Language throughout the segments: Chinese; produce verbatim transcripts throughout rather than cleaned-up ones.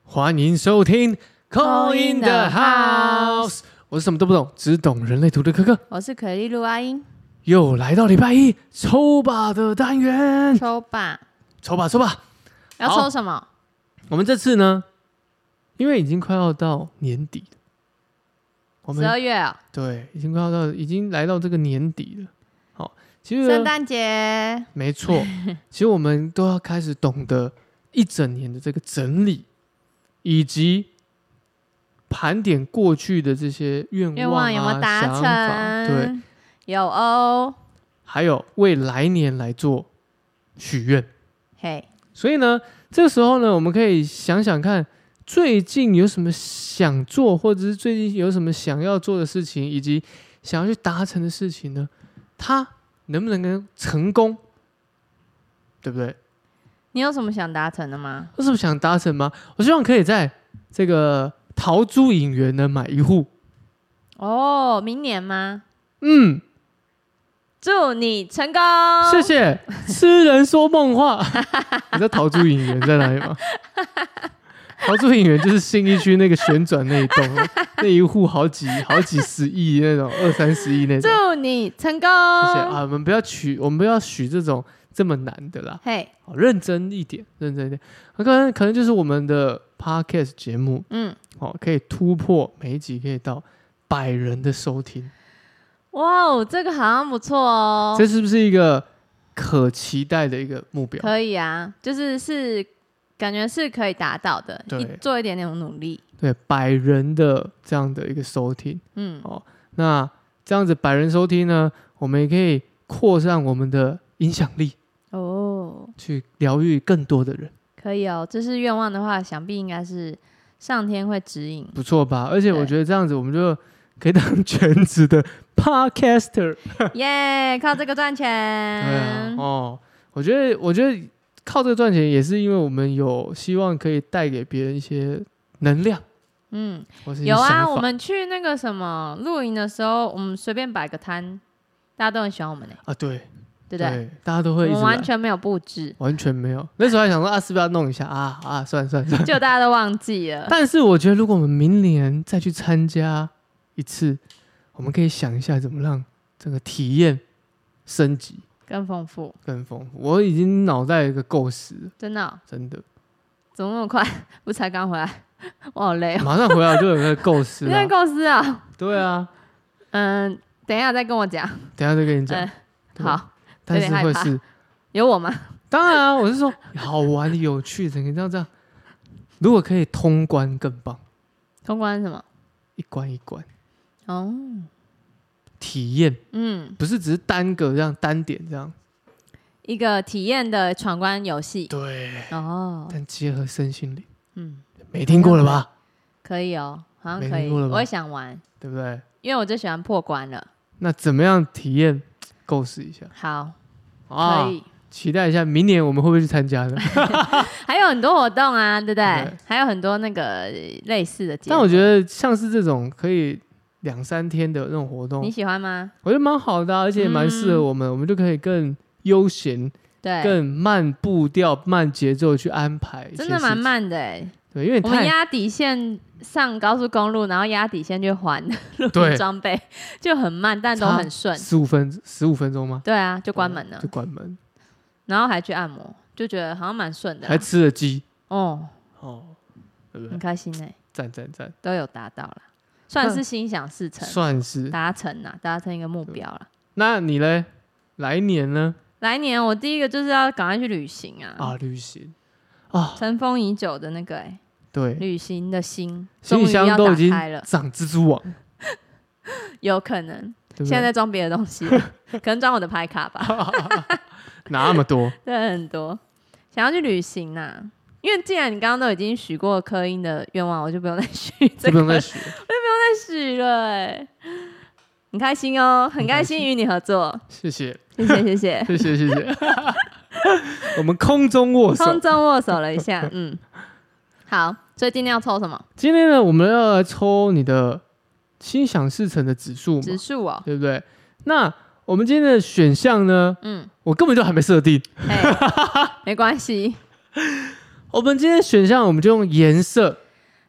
欢迎收听 Call in the House， 我是什么都不懂，只懂人类图的科科。 我是可丽露阿英。 又来到礼拜一抽吧的单元， 抽吧， 抽吧，抽吧。 要抽什么？ 我们这次呢，因为已经快要到年底了，我们十二月啊、哦， 对，已经快要到，已经来到这个年底了。好，其实圣诞节， 没错，其实我们都要开始懂得一整年的这个整理，以及盘点过去的这些愿望、啊、 愿望有没有达成？ 想法对， 有哦。 还有为来年来做许愿。 嘿， 所以呢，这个时候呢，我们可以想想看，最近有什么想做，或者是最近有什么想要做的事情，以及想要去达成的事情呢？它能不能成功？对不对？ 你有什么想达成的吗？ 有什么想达成吗？我希望可以在这个陶朱隐园呢买一户。 哦，明年吗？ 嗯， 祝你成功！ 谢谢。痴人说梦话。你知道陶朱隐园在哪里吗？陶朱隐园就是信义区那个旋转那一栋，那一户好几好几十亿那种，二三十亿那种。 祝你成功！ 谢谢啊，我们不要取，我们不要许这种这么难的啦。 嘿， 好，认真一点，认真一点。可能可能就是我们的 podcast 节目， 嗯， 好，可以突破每一集可以到百人的收听。 哇哦，这个好像不错哦。 这是不是一个可期待的一个目标？ 可以啊，就是是感觉是可以达到的， 对， 一做一点点努力。 对，百人的这样的一个收听， 嗯， 哦，那这样子百人收听呢，我们也可以扩散我们的影响力哦， 去疗愈更多的人。 可以哦。这是愿望的话，想必应该是上天会指引， 不错吧？而且我觉得这样子，我们就可以当全职的 podcaster， 耶、yeah, 靠这个赚钱。 对啊，哦，我觉得，我觉得靠这个赚钱，也是因为我们有希望可以带给别人一些能量。 嗯， 或是有啊， 我我们去那个什么露营的时候，我们随便摆个摊，大家都很喜欢我们呢、欸。 啊，对， 对不对？ 对，大家都会一直来， 我们完全没有布置， 完全没有。那时候还想说啊，是不是要弄一下啊啊，算了算了算了， 就大家都忘记了。 但是我觉得，如果我们明年再去参加一次，我们可以想一下怎么让这个体验升级、 更丰富、 更丰富。我已经脑袋有一个构思了， 真的、哦， 真的。 怎么那么快？不才刚回来，我好累哦。 马上回来就有那个构思了。 你在构思啊？ 对啊。 嗯，等一下再跟我讲。 等一下再跟你讲、 嗯。好。 但是会是有我吗？ 当然啊，我是说好玩、有趣，整个这样这样。如果可以通关更棒。 通关什么？ 一关一关。 哦。 体验， 嗯， 不是只是单个这样单点这样。 一个体验的闯关游戏。 对。 哦。 但结合身心灵。 嗯。 没听过了吧？ 可以哦，好像可以。 我也想玩， 对不对？ 因为我最喜欢破关了。 那怎么样体验？构思一下。 好。 啊、 可以期待一下，明年我们会不会去参加的？ 还有很多活动啊，对不对？ 对， 还有很多那个类似的节目。 但我觉得像是这种可以两三天的那种活动， 你喜欢吗？ 我觉得蛮好的、啊，而且也蛮适合我们、嗯，我们就可以更悠闲， 对， 更慢步调、慢节奏去安排。 真的蛮慢的哎。 对，因为我们压底线上高速公路，然后压底线去还露营装备，就很慢，但都很顺。 十五分十五分钟吗？ 对啊，就关门了， 就关门， 然后还去按摩，就觉得好像蛮顺的。 还吃了鸡， 哦哦，对不对？ 很开心哎、欸， 赞赞赞， 都有达到了，算是心想事成， 算是达成了，达成一个目标了。 那你嘞？来年呢？ 来年我第一个就是要赶快去旅行啊！ 啊，旅行。啊， 尘封已久的那个哎、欸， 对， 旅行的心， 行李箱都已经了， 长蜘蛛网， 有可能， 对对， 现在在装别的东西，可能装我的牌卡吧， 哪那么多？ 对，很多，想要去旅行呐、啊，因为既然你刚刚都已经许过科音的愿望，我就不用再许、這個， 就不用再许， 我就不用再许了、欸，很開心哦，很開心與你合作， 謝謝， 謝謝，謝謝， 謝謝，謝謝。我們空中握手， 空中握手了一下，嗯，好，所以今天要抽什麼？ 今天呢，我們要來抽你的心想事成的指數嘛， 指數哦， 對不對？那我們今天的選項呢，嗯，我根本就還沒設定， 欸、沒關係。 我們今天選項我們就用顏色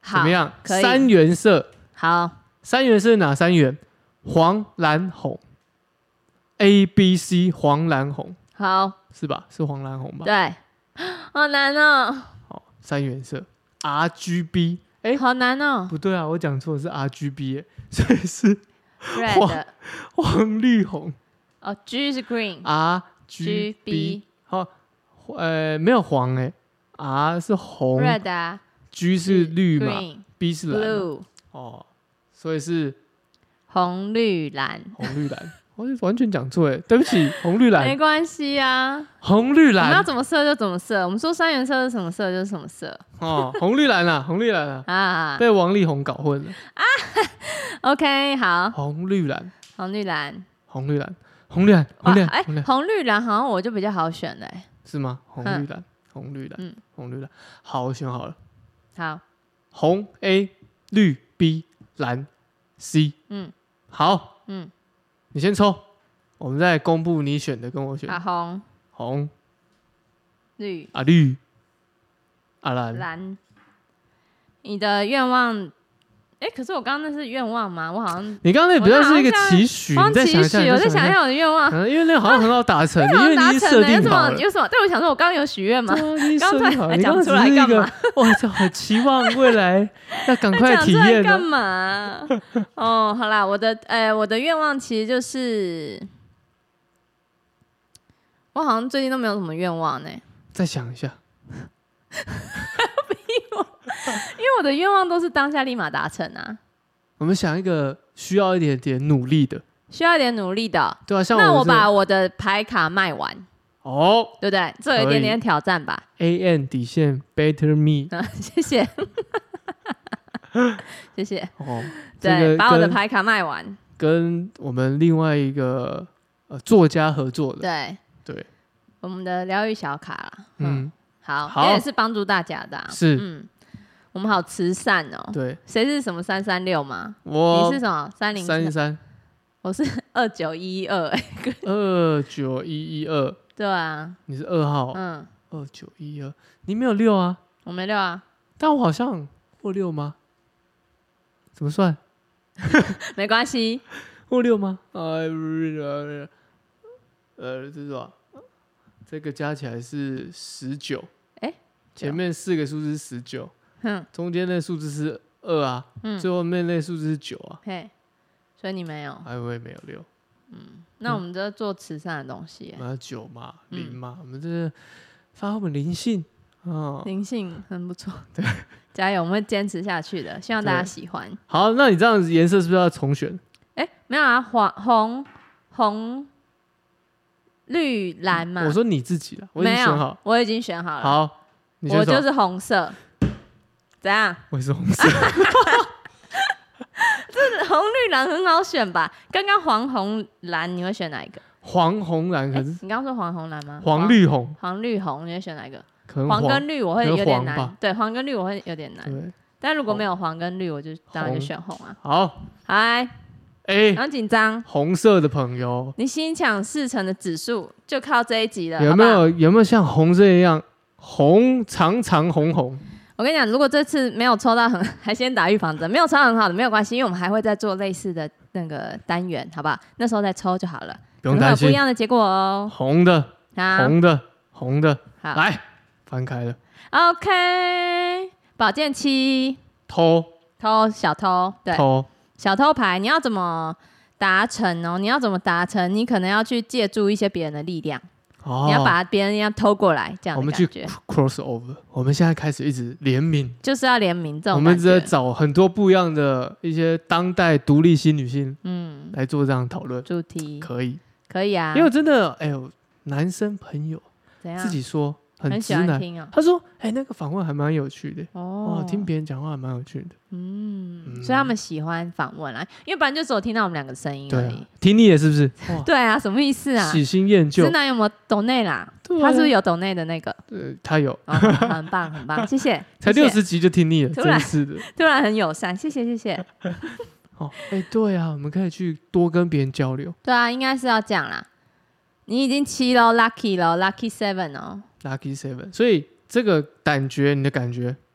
怎么样？ 可以三原色， 好， 三原色哪三原？黄、蓝、红 ，A、B、C， 黄、蓝、红， 好， 是吧？是黄、蓝、红吧？ 对，好难哦。 好，三原色 R G B， 哎， 好难哦。 不对啊，我讲错了，是 R G B， 哎，所以是 Red， 黄、绿、红。 哦 ，G 是 Green， R G B， 好，呃，没有黄哎 ，R 是红 ，Red 啊 ，G 是绿嘛 ，Green， ，B 是蓝嘛 Blue， 哦，所以是红绿蓝， 红绿蓝，我完全讲错哎，对不起，红绿蓝， 没关系啊， 红绿我们要蓝， 怎么色就怎么色，我们说三原色是什么色就是什么色哦，红绿蓝啊，红绿蓝啊， 啊。 被王力宏搞混了， OK， 好， 红绿蓝， 红绿蓝， 红绿蓝，红绿蓝，红绿蓝， 哎红绿蓝， 红绿蓝好像我就比较好选嘞。 是吗？红绿蓝，红绿蓝嗯， 红绿蓝，好，我选好了， 好， 红 A， 绿 B， 蓝 C， 嗯好。 嗯， 你先抽，我们再公布你选的跟我选的。 啊红红绿啊绿啊蓝， 蓝，你的愿望，哎，可是我刚刚那是愿望吗？我好像你刚刚那比较是一个期许，你再想一下， 我在想一下我的愿望， 嗯，因为那个好像很好达成，因为你已经设定好了。 有什么？对，我想说，我刚刚有许愿吗？ 刚刚才讲出来干嘛？ 哇，这好期望未来要赶快体验干嘛？哦，好啦，我的呃，我的愿望其实就是，我好像最近都没有什么愿望呢。 再想一下， 因为我的愿望都是当下立马达成啊。 我们想一个需要一点点努力的， 需要一点努力的。 对啊，像那我把我的牌卡卖完， 哦， 对不对？这有一点点挑战吧。 A N 底线 Better Me， 谢谢，谢谢。 哦， 对，把我的牌卡卖完， 跟我们另外一个呃作家合作的， 对对， 我们的疗愈小卡啦。 嗯， 好， 好， 也是帮助大家的、啊。 是， 嗯，我们好慈善哦。 对， 谁是什么三三六吗？ 我你是什么三零三三？ 我是二九一二。 二九一一二。 对啊， 你是二号。 嗯， 二九一二，你没有六啊？ 我没六啊。 但我好像或六吗？怎么算？ 没关系。 或六吗？呃，呃，这是什么？这个加起来是十九。哎，前面四个数字是十九，嗯，中间那数字是二啊，嗯，最后面那数字是九啊。 嘿，所以你没有。 哎，我也没有六。 嗯，那我们这做慈善的东西， 那九嘛，零嘛，我们这是发挥我们灵性啊， 灵性很不错。对，加油，我们会坚持下去的，希望大家喜欢。 好，那你这样子颜色是不是要重选？ 哎，没有啊，黄红红绿蓝嘛。 我说你自己了，我已经选好， 我已经选好了。 好， 我就是红色。怎样？ 我也是红色。 这红绿蓝很好选吧？刚刚黄红蓝，你会选哪一个？ 黄红蓝可是、欸、 你刚刚说黄红蓝吗？ 黄绿红， 黄绿红，你会选哪一个？ 可能黄, 黄跟绿我会有点难。对，黄跟绿我会有点难。 对， 但如果没有黄跟绿，我就当然就选红啊。 好， 嗨， 哎， 很紧张。 红色的朋友， 你心想事成的指数就靠这一集了。 有没有好好有没有像红色一样红长长红红？ 我跟你讲，如果这次没有抽到很，还先打预防针，没有抽到很好的没有关系，因为我们还会再做类似的那个单元，好不好？那时候再抽就好了， 不用担心， 有不一样的结果哦。 红的，红的，红的， 好， 来翻开了。 OK， 宝剑七， 偷偷小偷，对， 偷小偷牌，你要怎么达成哦？你要怎么达成？你可能要去借助一些别人的力量。哦、你要把别人要偷过来，这样的感觉。 我们去 cross over， 我们现在开始一直联名， 就是要联名这种。 我们在找很多不一样的一些当代独立新女性，嗯，来做这样讨论主题， 可以， 可以啊。 因为真的，哎呦，男生朋友自己说很直男， 哦、 他说，哎、欸，那个访问还蛮有趣的，哦，听别人讲话还蛮有趣的， 嗯，嗯所以他们喜欢访问啊，因为不然就只有听到我们两个声音而已。 啊、听腻了是不是？ 对啊，什么意思啊？ 喜新厌旧。 直男有没有抖内啦？啊、他是不是有抖内的那个？ 对，他有， 哦、很棒很棒，谢谢。 才六十集就听腻了，真是的。 突然很友善，谢谢谢谢。 哦，哎、欸，对啊，我们可以去多跟别人交流。 对啊，应该是要这样啦。你已经七咯 ，lucky 咯 ，lucky seven 哦 ，lucky seven。所以这个感觉，你的感觉，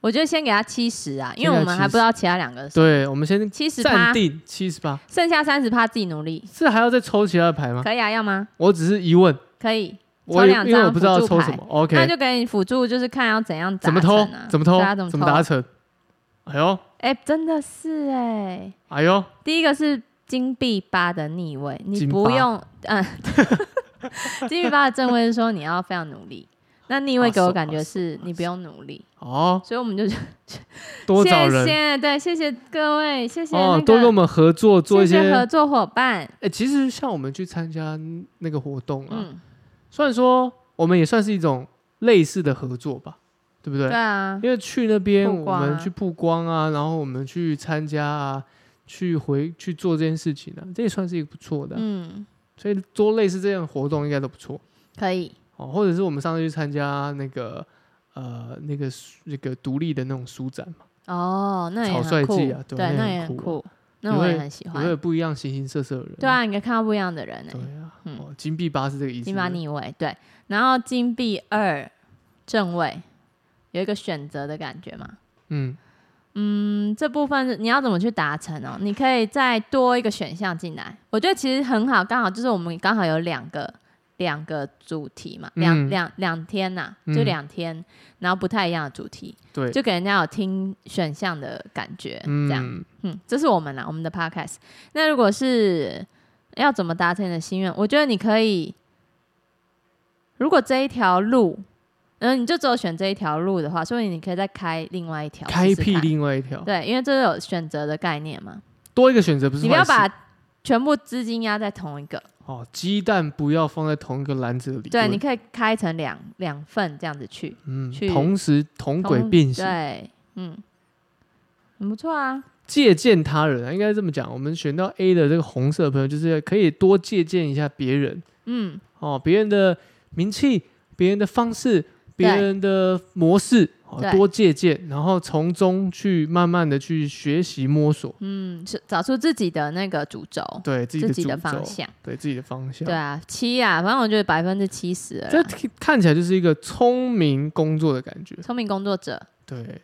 我觉得先给他七十啊，因为我们还不知道其他两个。 对，我们先七十暂定七十八， 剩下三十趴自己努力。 是还要再抽其他的牌吗？ 可以啊，要吗？ 我只是疑问。 可以， 我抽两张因为我不知道抽什么。OK， 那就给你辅助，就是看要怎样达成、啊、 怎么偷，怎么偷， 怎么怎么达成。哎呦， 哎、欸，真的是哎、欸， 哎呦， 第一个是金币八的逆位，你不用嗯，金币八的正位是说你要非常努力。那逆位给我感觉是你不用努力哦，所以我们就多找人， 谢谢，对，谢谢各位，谢谢、那個、 哦，多跟我们合作，做一些谢谢合作伙伴。 哎、欸，其实像我们去参加那个活动啊，嗯、虽然说我们也算是一种类似的合作吧，对不对？ 对啊， 因为去那边、 啊、 我们去曝光啊，然后我们去参加啊，去回去做这件事情啊，这也算是一个不错的、啊，嗯，所以做类似这样的活动应该都不错， 可以。 哦，或者是我们上次去参加那个呃那个那个独立的那种书展嘛。 哦，那也很酷。 草率季啊，对， 对，那也很酷。那我也很喜欢。 有不一样形形色色的人。 对啊，你可以看到不一样的人哎、欸。 对啊，嗯、哦，金币八是这个意思。 金八逆位，对。然后金币二正位有一个选择的感觉嘛。嗯嗯，这部分你要怎么去达成哦？你可以再多一个选项进来。我觉得其实很好，刚好就是我们刚好有两个。两个主题嘛，两两两天呐、啊，就两天、嗯，然后不太一样的主题， 对， 就给人家有听选项的感觉，嗯、这样，嗯，这是我们啦，我们的 podcast。那如果是要怎么达成你的心愿，我觉得你可以，如果这一条路，嗯，你就只有选这一条路的话，所以你可以再开另外一条， 开辟另外一条， 对，因为这有选择的概念嘛， 多一个选择不是， 你不要把全部资金压在同一个。 哦，鸡蛋不要放在同一个篮子里。 对，你可以开成两两份这样子去， 嗯，去同时同轨并行。 对，嗯，很不错啊。 借鉴他人、啊，应该这么讲。我们选到 A 的这个红色的朋友，就是可以多借鉴一下别人。嗯，哦，别人的名气，别人的方式，别人的模式。多借鉴，然后从中去慢慢的去学习摸索，嗯， 找出自己的那个主轴， 对自己的, 自己的方向， 对自己的方向， 对啊，七啊，反正我觉得百分之七十了， 这看起来就是一个聪明工作的感觉， 聪明工作者， 对。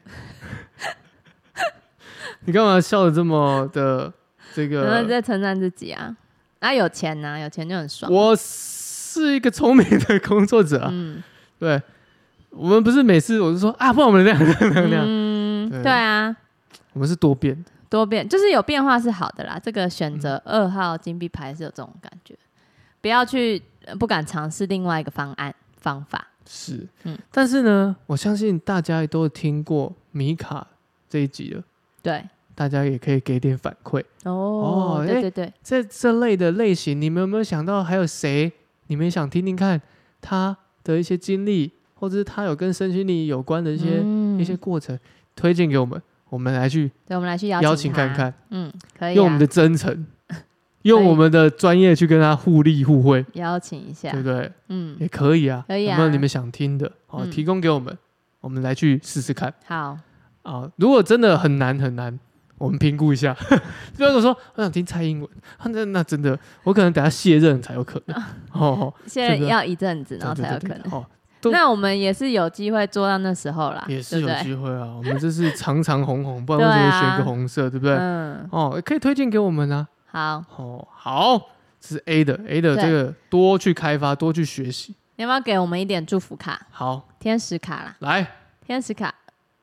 你干嘛笑得这么的这个？ 然后在称赞自己啊，啊有钱啊，有钱就很爽。 我是一个聪明的工作者啊，嗯，对。我们不是每次我就说啊，不然我们这样这样这样，嗯， 对，对啊， 我们是多变的， 多变就是有变化是好的啦。这个选择二号金币牌是有这种感觉，不要去不敢尝试另外一个方案方法。 是，嗯，但是呢，我相信大家都有听过米卡这一集了， 对， 大家也可以给点反馈哦。哦，对对对， 在这类的类型，你们有没有想到还有谁？你们想听听看他的一些经历？或者是他有跟身心灵有关的一些、嗯、一些过程，推荐给我们，我们来去， 对，我们来去邀请看看， 嗯，可以、啊， 用我们的真诚，用我们的专业去跟他互利互惠， 邀请一下， 对不对？嗯，也可以啊， 可以啊， 有没有你们想听的？好、嗯，提供给我们，我们来去试试看。 好啊，如果真的很难很难，我们评估一下。比如说，我想听蔡英文，那那真的，我可能等下卸任才有可能。哦， 卸任要一阵子，然后才有可能。 哦。 那我们也是有机会做到那时候啦， 也是有机会啊。我们这是长长红红，不然为什么选个红色，对不对？嗯，哦，可以推荐给我们啊。 好， 哦，好，这是 A 的 A 的这个多去开发，多去学习。 你要不要给我们一点祝福卡？ 好， 天使卡啦， 来， 天使卡，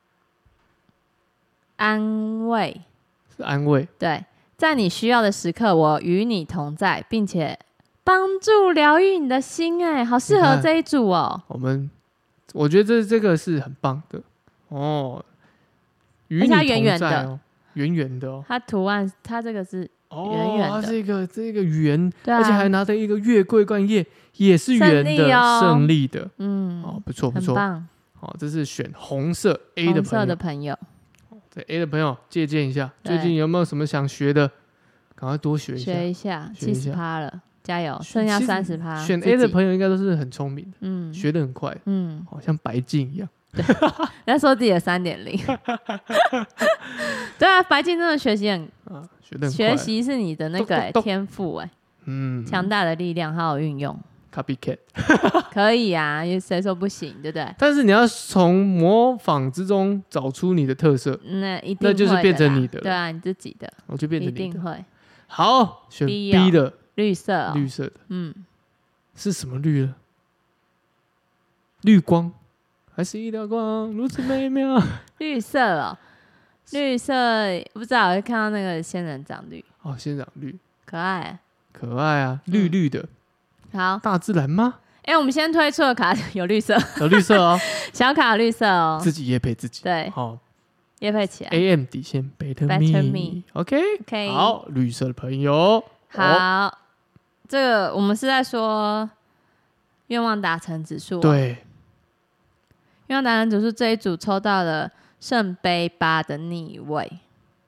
安慰是安慰， 对，在你需要的时刻，我与你同在，并且。帮助疗愈你的心，哎，好适合这一组哦。 我们我觉得这这个是很棒的哦，与你同在哦， 圆圆的， 圆圆的哦。 它图案，它这个是圆圆的， 哦、它是一个这个圆、啊，而且还拿着一个月桂冠叶，也是圆的， 哦、 胜利的， 嗯， 哦，不错不错， 很棒。 哦，这是选红色 A 的朋友， 红色的朋友， 对 A 的朋友借鉴一下，最近有没有什么想学的？赶快多学一下， 学一下，七十趴了。加油，剩下三十趴。 选 A 的朋友应该都是很聪明的，嗯，学得很快，嗯，好像白净一样。 对，人家说自己的三点零。对啊，白净真的学习很，啊、学得很快。学习是你的那个、欸、天赋哎、欸，嗯，强大的力量，好好运用。 copycat 可以啊，谁说不行，对不对？ 但是你要从模仿之中找出你的特色， 那一定那就是变成你的了， 对啊，你自己的， 我就变成你的， 一定会。 好，选 B, B 的绿色、哦， 绿色的， 嗯， 是什么绿呢？绿光还是一道光，如此美妙？ 绿色哦，绿色不知道，我就看到那个仙人掌绿， 哦，仙人掌绿， 可爱， 可爱啊，绿绿的， 嗯、好， 大自然吗？ 哎、欸，我们先推出的卡有绿色， 有绿色哦， 小卡绿色哦， 自己业配自己， 对， 好， 业配起来 ，A M 底线 Better Me，OK， OK， 好，绿色的朋友， 好，哦、这个我们是在说愿望达成指数、哦， 对， 愿望达成指数这一组抽到了圣杯八的逆位。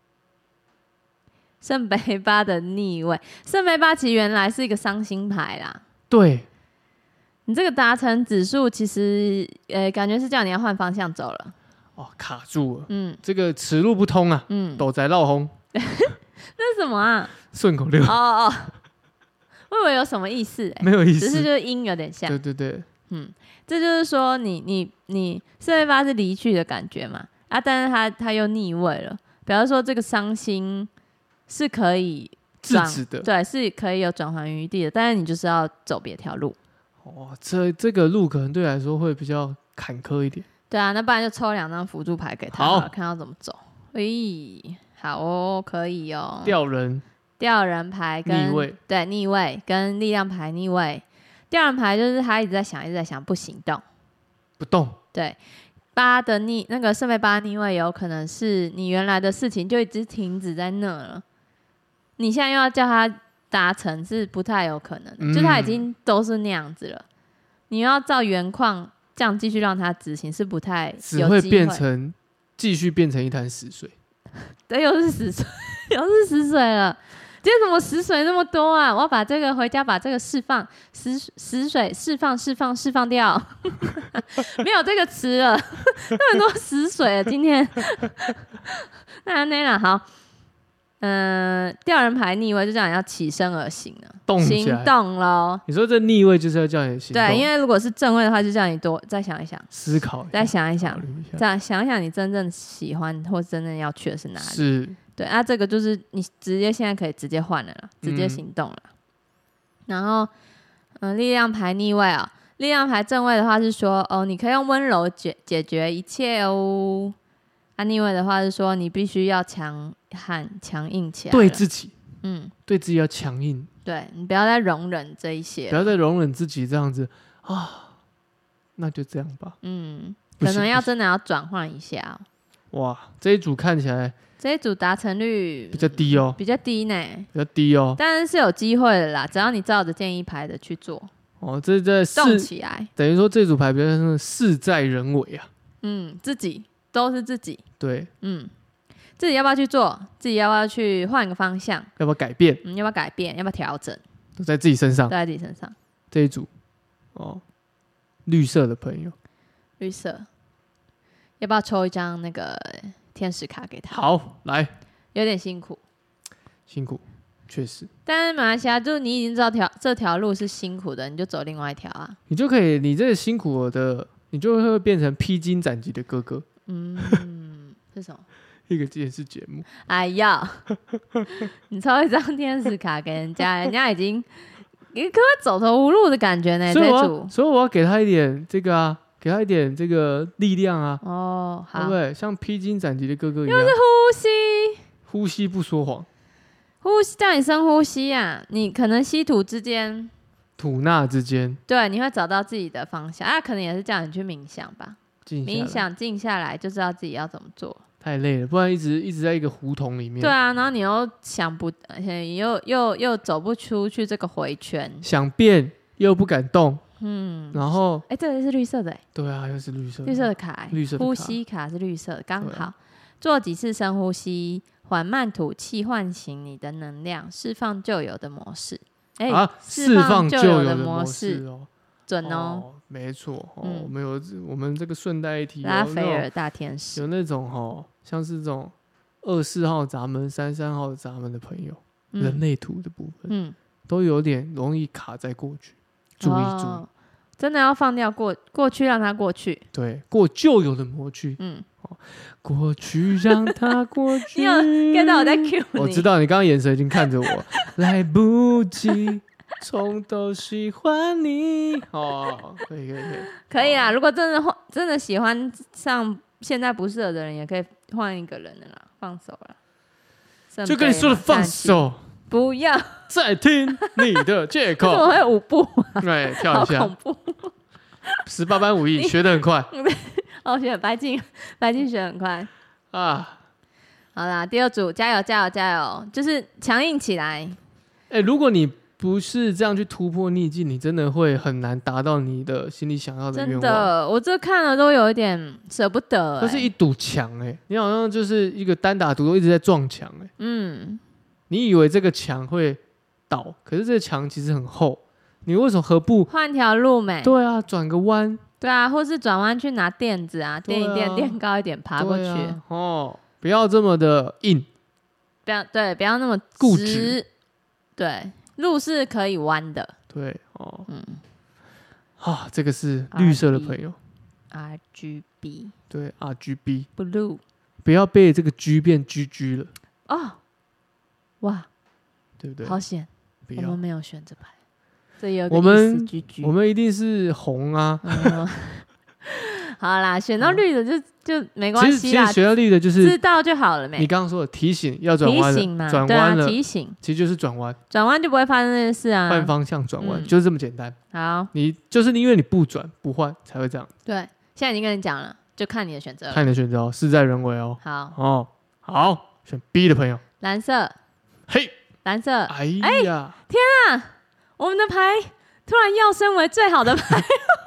圣杯八的逆位，圣杯八其实原来是一个伤心牌啦。 对， 你这个达成指数其实，呃，感觉是叫你要换方向走了。 哦，卡住了， 嗯， 这个此路不通啊， 嗯， 斗宅绕轰， 那是什么啊？ 顺口溜， 哦哦，我以为有什么意思、欸， 没有意思， 只是就是音有点像。 对对对， 嗯，这就是说你你你圣杯八是离去的感觉嘛，啊，但是他他又逆位了，表示说这个伤心是可以制止的， 对，是可以有转圜余地的，但是你就是要走别条路。 哇，这这个路可能对来说会比较坎坷一点。 对啊，那不然就抽两张辅助牌给他好了，看他怎么走。咦，好哦，可以哦。 吊人， 吊人牌跟逆位， 对逆位跟力量牌逆位。吊人牌就是他一直在想，一直在想，不行动， 不动。 对，八的逆那个圣杯八逆位有可能是你原来的事情就一直停止在那了，你现在又要叫他达成是不太有可能的，嗯、就他已经都是那样子了，你又要照原况这样继续让他执行是不太有机会， 只会变成继续变成一滩死水。 对，又是死水，又是死水了。今天怎么死水那么多啊？我要把这个回家把这个释放死死水释放释放释放掉，没有这个词了，那很多死水了。今天那那啦，好，嗯、呃，吊人牌逆位就叫你要起身而行了， 动起来行动咯。 你说这逆位就是要叫你行动， 对，因为如果是正位的话，就叫你多再想一想， 思考一下， 再想一想， 一再想一想你真正喜欢或真正要去的是哪里。 是。 对啊，这个就是你直接现在可以直接换了啦，直接行动了。嗯、然后，嗯、呃，力量牌逆位啊、哦，力量牌正位的话是说，哦，你可以用温柔解解决一切哦。啊，逆位的话是说，你必须要强悍、强硬起来， 对自己， 嗯， 对自己要强硬， 对你不要再容忍这一些， 不要再容忍自己这样子啊，那就这样吧。 嗯，可能要真的要转换一下、 哦。哇，这一组看起来。 这一组达成率比较低哦， 比较低呢， 比较低哦， 但是是有机会的啦，只要你照着建议牌的去做。 哦，这在动起来， 等于说这组牌比较像是事在人为啊。 嗯，自己都是自己。 对， 嗯，自己要不要去做？自己要不要去换一个方向？ 要不要改变？ 嗯，要不要改变？要不要调整？ 都在自己身上， 都在自己身上。 这一组哦，绿色的朋友， 绿色，要不要抽一张那个天使卡给他？ 好，来。 有点辛苦， 辛苦，确实。 但是马来西亚就是你已经知道条这条路是辛苦的，你就走另外一条啊。 你就可以，你这个辛苦的，你就会变成披荆斩棘的哥哥。 嗯，是什么？ 一个电视节目。 哎呀，你抽一张天使卡给人家，人家已经，你可能走投无路的感觉呢。 所以我这组， 所以我要给他一点这个啊。给他一点这个力量啊！ 哦，好， 对不对？像披荆斩棘的哥哥一样， 又是呼吸， 呼吸不说谎， 呼吸叫你深呼吸啊！你可能稀土之间， 吐纳之间， 对，你会找到自己的方向啊。可能也是叫你去冥想吧，冥想静下来就知道自己要怎么做。 太累了，不然一直一直在一个胡同里面。 对啊，然后你又想不，又又又走不出去这个回圈， 想变又不敢动。 嗯， 然后， 哎、欸，这个是绿色的、欸， 对啊，又是绿色的， 绿色的卡、欸， 绿色的卡呼吸卡是绿色的，刚好、 啊、 做几次深呼吸，缓慢吐气，唤醒你的能量，释放旧有的模式。哎、欸， 啊，释放旧有的模式哦， 准哦， 哦没错哦、嗯，我们有我们这个顺带一提， 拉斐尔大天使有那种哦，像是这种二四号闸门、三三号闸门的朋友，嗯、人类图的部分，嗯，都有点容易卡在过去。 注意、哦、注意， 真的要放掉过过去，让它过去。 对，过旧有的模具。嗯，哦、过去让它过去。 你有 get 到我在 cue 你？ 我知道你刚刚眼神已经看着我，来不及。从头喜欢你哦，可以可以可以， 可以啊！如果真的真的喜欢上现在不适合的人，也可以换一个人的啦，放手了。 就跟你说的放手， 不要再听你的借口。 怎么会舞步、啊？ 对，跳一下， 好恐怖！ 十八般武艺学得很快。 哦，学白净，白净学很快啊。好啦，第二组加油加油加油，就是强硬起来。 哎、欸，如果你不是这样去突破逆境，你真的会很难达到你的心里想要的愿望。 真的，我这看了都有一点舍不得、欸。 这是一堵墙哎，你好像就是一个单打独斗一直在撞墙哎。嗯，你以为这个墙会倒，可是这个墙其实很厚，你为什么何不换条路没？ 对啊，转个弯。 对啊，或是转弯去拿垫子啊，垫一垫，垫高一点，爬过去。 啊、哦，不要这么的硬， 不要对，不要那么固执， 对。路是可以弯的， 对哦，嗯，啊，这个是绿色的朋友 ，R G B， 对 ，R G B blue， 不要被这个 G 变 G G 了， 哦，哇， 对不对？ 好险，我们没有选这牌，这有我们 G G， 我们一定是红啊。嗯好啦，选到绿的就就没关系啦。 其实选到绿的就是知道就好了没？ 你刚刚说的提醒要转弯了， 提醒嘛， 转弯了， 啊、提醒， 其实就是转弯， 转弯就不会发生这件事啊。 换方向转弯、嗯、就是这么简单。 好， 你就是因为你不转不换才会这样。 对，现在已经跟你讲了，就看你的选择了。 看你的选择哦，事在人为哦。 好哦，好，选 B 的朋友， 蓝色， 嘿， 蓝色， 哎呀， 欸、天啊，我们的牌突然要升为最好的牌。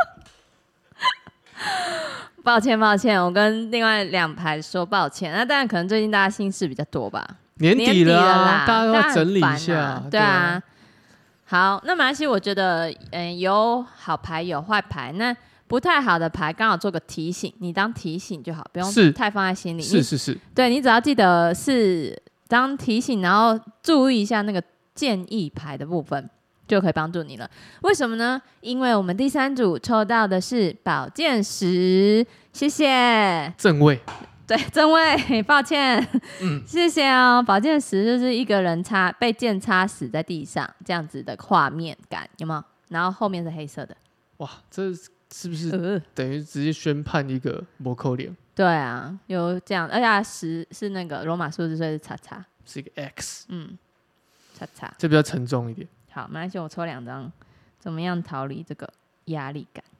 抱歉，抱歉，我跟另外两排说抱歉。那当然，可能最近大家心事比较多吧， 年底了、啊， 了啦， 大家要整理一下。 啊对啊，好，那没关系，我觉得，嗯，有好牌有坏牌，那不太好的牌刚好做个提醒，你当提醒就好，不用太放在心里。 是是是， 对你只要记得是当提醒，然后注意一下那个建议牌的部分。就可以帮助你了。为什么呢？因为我们第三组抽到的是宝剑十，谢谢。 正位， 对，正位，抱歉，嗯，谢谢哦。宝剑十就是一个人插被剑插死在地上这样子的画面感，有没有？然后后面是黑色的。 哇，这是不是等于直接宣判一个摩扣脸？ 对啊，有这样，而且十是那个罗马数字，所以是叉叉， 是一个 X， 嗯，叉叉， 这比较沉重一点。 好，没关系，我抽两张，怎么样逃离这个压力感？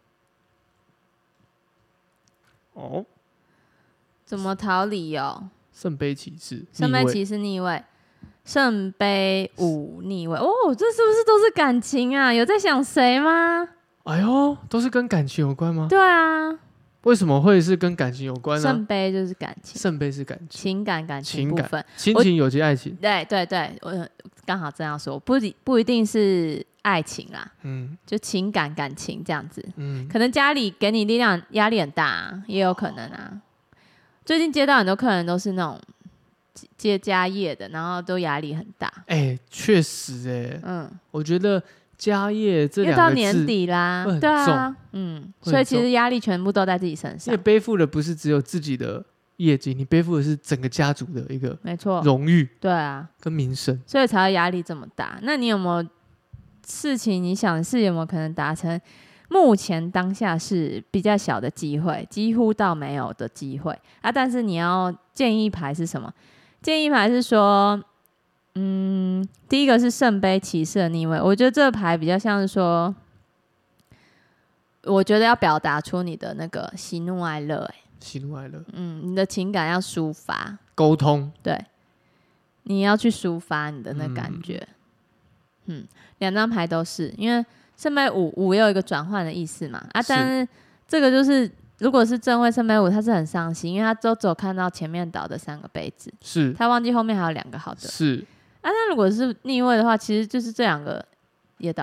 哦， 怎么逃离哦？ 圣杯骑士， 圣杯骑士逆位，圣杯五逆位。哦，这是不是都是感情啊？有在想谁吗？ 哎呦，都是跟感情有关吗？ 对啊。 为什么会是跟感情有关呢？ 圣杯就是感情， 圣杯是感情， 情感感情部分， 亲情有及爱情。 对对对，我刚好这样说，不不一定是爱情啦，嗯，就情感感情这样子，嗯，可能家里给你力量，压力很大、啊，也有可能啊。最近接到很多客人都是那种接家业的，然后都压力很大。 哎、欸，确实哎、欸，嗯，我觉得。家业这两个字， 因为到年底啦，对啊，嗯，所以其实压力全部都在自己身上。 因为背负的不是只有自己的业绩，你背负的是整个家族的一个没错荣誉， 对啊， 跟名声， 所以才会压力这么大。那你有没有事情？你想是有没有可能达成？目前当下是比较小的机会，几乎到没有的机会啊。但是你要建议牌是什么？建议牌是说。嗯，第一个是圣杯骑士的逆位，我觉得这个牌比较像是说，我觉得要表达出你的那个喜怒哀乐，哎， 喜怒哀乐， 嗯，你的情感要抒发， 沟通， 对，你要去抒发你的那感觉，嗯，两、嗯、张牌都是，因为圣杯五五也有一个转换的意思嘛，啊，但是这个就是如果是正位圣杯五，他是很伤心，因为他都只有看到前面倒的三个杯子， 是他忘记后面还有两个好的， 是。 啊，那如果是逆位的话，其实就是这两个也倒了，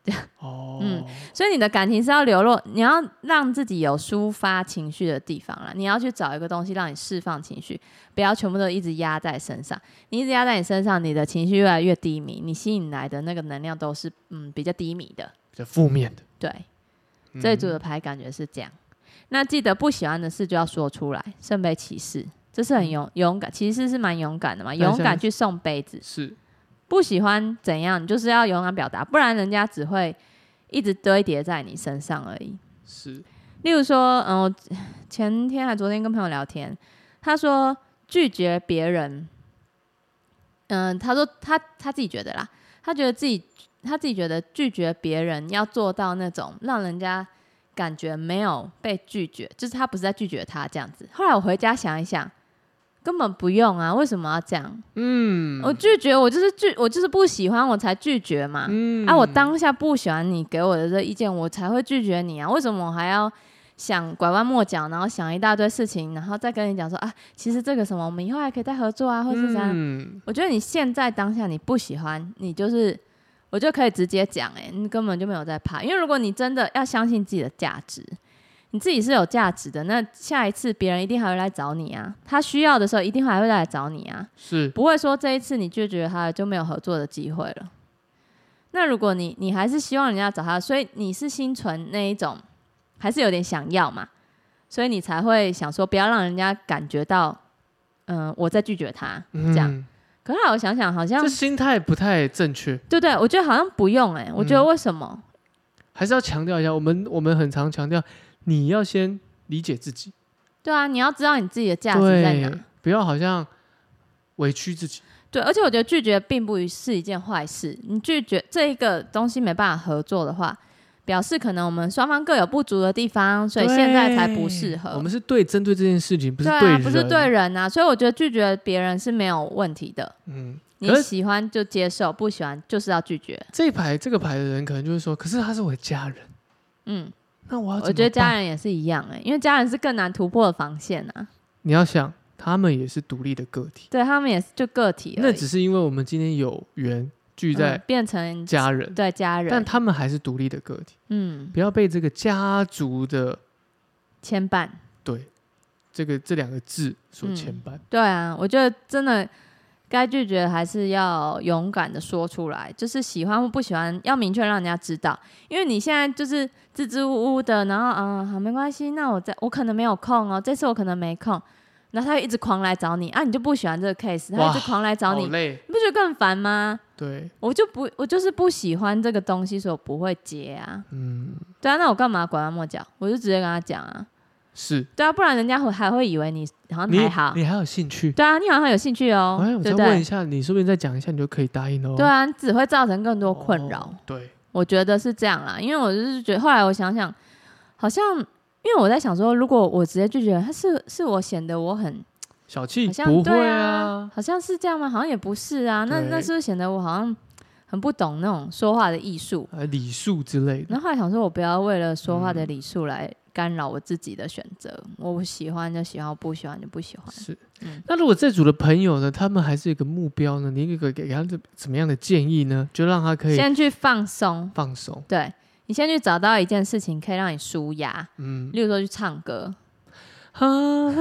哦， 嗯，所以你的感情是要流露，你要让自己有抒发情绪的地方啦。你要去找一个东西让你释放情绪，不要全部都一直压在身上。你一直压在你身上，你的情绪越来越低迷，你吸引来的那个能量都是嗯比较低迷的， 比较负面的。 对，这一组的牌感觉是这样。那记得不喜欢的事就要说出来，圣杯骑士，这是很勇勇敢，其实是蛮勇敢的嘛，勇敢去送杯子。 是， 不喜欢怎样，你就是要勇敢表达，不然人家只会一直堆叠在你身上而已。 是， 例如说，嗯、呃，前天还昨天跟朋友聊天，他说拒绝别人，嗯、呃，他说他他自己觉得啦，他觉得自己他自己觉得拒绝别人要做到那种让人家感觉没有被拒绝，就是他不是在拒绝他这样子。后来我回家想一想，根本不用啊，为什么要这样？嗯，我拒绝，我就是拒，我就是不喜欢，我才拒绝嘛。嗯，啊，我当下不喜欢你给我的这意见，我才会拒绝你啊。为什么我还要想拐弯抹角，然后想一大堆事情，然后再跟你讲说啊，其实这个什么，我们以后还可以再合作啊，或是怎样？嗯，我觉得你现在当下你不喜欢，你就是我就可以直接讲，哎，你根本就没有在怕，因为如果你真的要相信自己的价值。你自己是有价值的，那下一次别人一定还会来找你啊，他需要的时候一定还会来找你啊， 是不会说这一次你拒绝他就没有合作的机会了。那如果你你还是希望人家找他，所以你是心存那一种还是有点想要嘛，所以你才会想说不要让人家感觉到嗯、呃、我在拒绝他这样、嗯、可是我想想好像这心态不太正确， 对对，我觉得好像不用哎、欸，我觉得为什么、嗯、 还是要强调一下，我们我们很常强调你要先理解自己， 对啊，你要知道你自己的价值在哪， 不要好像委屈自己。 对，而且我觉得拒绝并不是一件坏事。你拒绝这一个东西没办法合作的话，表示可能我们双方各有不足的地方，所以现在才不适合。 我们是对针对这件事情，不是对人， 对啊，不是对人啊。所以我觉得拒绝别人是没有问题的。嗯，你喜欢就接受，不喜欢就是要拒绝。 这一排这个牌的人可能就是说，可是他是我的家人。嗯。那我要怎么办？ 我觉得家人也是一样哎、欸，因为家人是更难突破的防线啊。 你要想，他们也是独立的个体， 对他们也是就个体而已。 那只是因为我们今天有缘聚在、嗯、 变成家人， 对家人， 但他们还是独立的个体。嗯，不要被这个家族的牵绊， 对这个这两个字所牵绊、嗯。 对啊，我觉得真的。该拒绝还是要勇敢的说出来，就是喜欢或不喜欢要明确让人家知道，因为你现在就是支支吾吾的，然后嗯好没关系，那我在我可能没有空哦，这次我可能没空，然后他会一直狂来找你啊，你就不喜欢这个 case， 他一直狂来找你，你不觉得更烦吗？ 对， 我就不我就是不喜欢这个东西，所以我不会接啊。嗯，对啊，那我干嘛拐弯抹角？我就直接跟他讲啊。 是， 对啊，不然人家会还会以为你好像还好， 你, 你还有兴趣， 对啊，你好像有兴趣哦。 哎，我再问一下，你说不定再讲一下，你就可以答应哦。 对啊，你只会造成更多困扰、哦。 对， 我觉得是这样啦，因为我就是觉得，后来我想想，好像因为我在想说，如果我直接拒绝他是，是是我显得我很小气， 好像不会啊， 啊， 好像是这样吗？好像也不是啊，那那是不是显得我好像很不懂那种说话的艺术、 礼数之类的？ 然后后来想说，我不要为了说话的礼数来。嗯干扰我自己的选择，我喜欢就喜欢，我不喜欢就不喜欢。 是，嗯、那如果这组的朋友呢，他们还是有一个目标呢，你给给他怎么样的建议呢？就让他可以先去放松， 放松。 对，你先去找到一件事情可以让你抒压，嗯，例如说去唱歌，像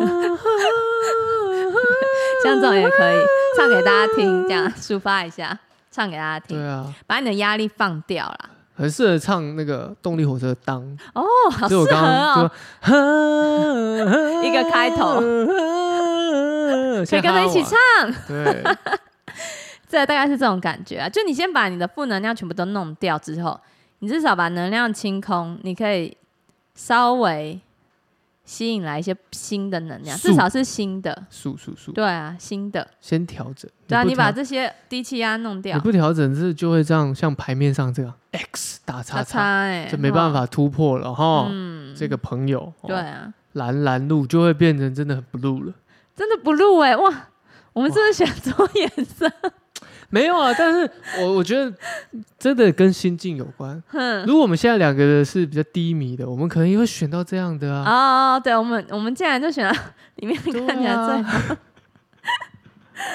这种也可以唱给大家听，这样抒发一下，唱给大家听， 对啊， 把你的压力放掉啦。 很适合唱那个动力火车的当哦，好适合哦，一个开头，可以跟着一起唱。 对， 这大概是这种感觉啊。就你先把你的负能量全部都弄掉之后，你至少把能量清空，你可以稍微吸引来一些新的能量，至少是新的。 速速速， 对啊，新的。 先调整。 对啊，你把这些低气压弄掉。 你不调整，这就会这样，像牌面上这样 X 打叉叉， 欸、 就没办法突破了哈。嗯，这个朋友， 对啊， 蓝蓝路就会变成真的很 blue 了， 真的 blue 哎、欸、哇！我们真的选错颜色。 没有啊，但是我我觉得真的跟心境有关。如果我们现在两个人是比较低迷的，我们可能也会选到这样的啊。哦，对，我们我们竟然就选了里面看起来最好。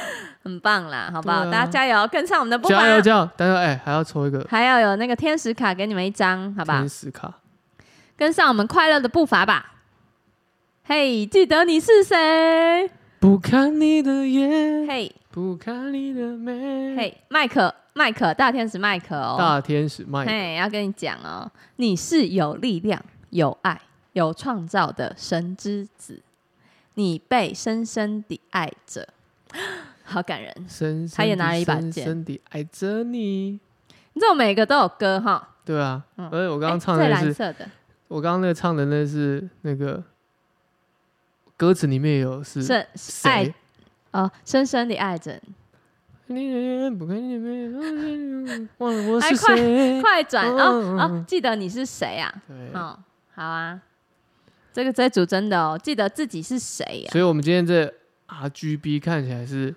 很棒啦，好不好？啊、大家加油，跟上我们的步伐， 加油加油！但是哎，还要抽一个， 还要有那个天使卡给你们一张，好不好？ 天使卡， 跟上我们快乐的步伐吧。嘿、hey, 记得你是谁？ 不看你的眼， 嘿， hey, 不看你的美， 嘿、hey, 麦克，麦克，大天使麦克哦， 大天使麦克， 嘿，要跟你讲哦，你是有力量、有爱、有创造的神之子，你被深深地爱着，好感人。 深深他也拿了一把剑， 深深地爱着你。 你知道每个都有歌哈？ 对啊， 嗯、 而且我刚刚唱的是、欸、 蓝色的， 我刚刚那个唱的那是那个歌词里面有是是爱哦，深深地爱着你。 不看你的忘了我是谁，快转哦哦，记得你是谁啊？ 对， 哦，好啊，这个这组真的哦，记得自己是谁啊？ 所以我们今天这 R G B 看起来是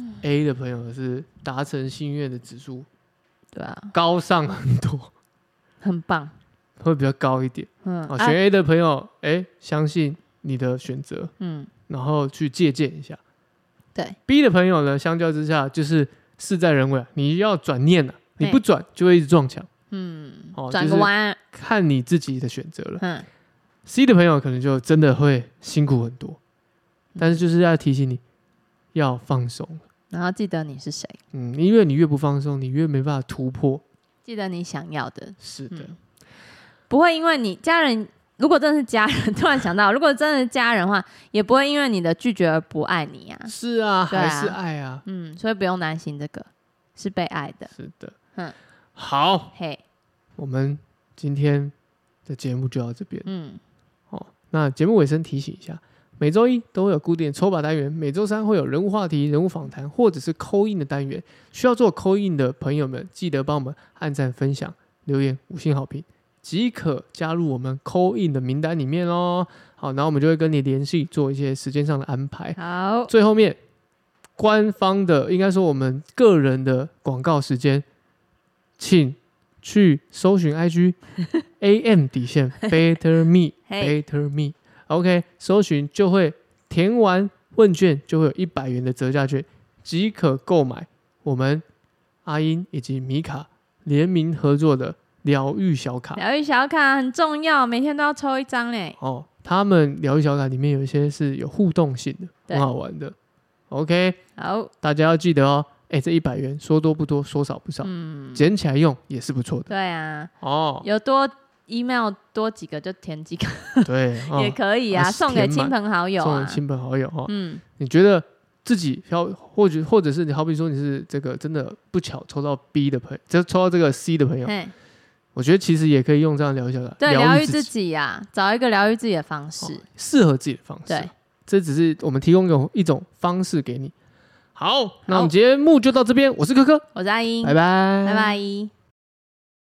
A 的朋友是达成心愿的指数， 对啊， 高上很多， 很棒， 会比较高一点。嗯，哦、选 A 的朋友，哎、欸，相信你的选择，嗯，然后去借鉴一下。 对 ，B 的朋友呢，相较之下就是事在人为，你要转念啊，你不转就会一直撞墙。嗯， 哦，转个弯， 就是、看你自己的选择了。嗯 ，C 的朋友可能就真的会辛苦很多，但是就是要提醒你要放松， 然后记得你是谁。 嗯，因为你越不放松，你越没办法突破。 记得你想要的， 是的，嗯、 不会因为你家人。如果真的是家人，突然想到，如果真的是家人的话，也不会因为你的拒绝而不爱你啊。 是啊，啊还是爱啊。 嗯，所以不用担心这个，是被爱的。 是的，嗯，好，嘿，我们今天的节目就到这边。嗯，哦，那节目尾声提醒一下，每周一都会有固定的抽把单元，每周三会有人物话题、人物访谈，或者是call in的单元。需要做call in的朋友们，记得帮我们按赞、分享、留言、五星好评。即可加入我们 call in 的名单里面哦。好，然后我们就会跟你联系，做一些时间上的安排。 好， 最后面官方的，应该说我们个人的广告时间，请去搜寻 I G A M 底线 Better Me Better Me，OK， 搜寻就会填完问卷，就会有一百元的折价券，即可购买我们阿英以及米卡联名合作的。疗愈小卡， 疗愈小卡很重要，每天都要抽一张嘞。 哦，他们疗愈小卡里面有一些是有互动性的，很好玩的。OK， 好， 大家要记得哦。哎，这一百元说多不多，说少不少，嗯，捡起来用也是不错的。 对啊，哦，有多 email 多几个就填几个， 对，哦、 也可以啊，送给亲朋好友、啊， 送给亲朋好友哦。嗯，你觉得自己要，或者或者是你好比说你是这个真的不巧抽到 B 的朋友，就抽到这个 C 的朋友。我觉得其实也可以用这样疗愈小卡， 对，疗愈自己呀、啊，找一个疗愈自己的方式， 适、哦、合自己的方式。 对， 这只是我们提供一, 一种方式给你。好，那我们节目就到这边，我是柯柯， 我是阿英， 拜拜， 拜拜。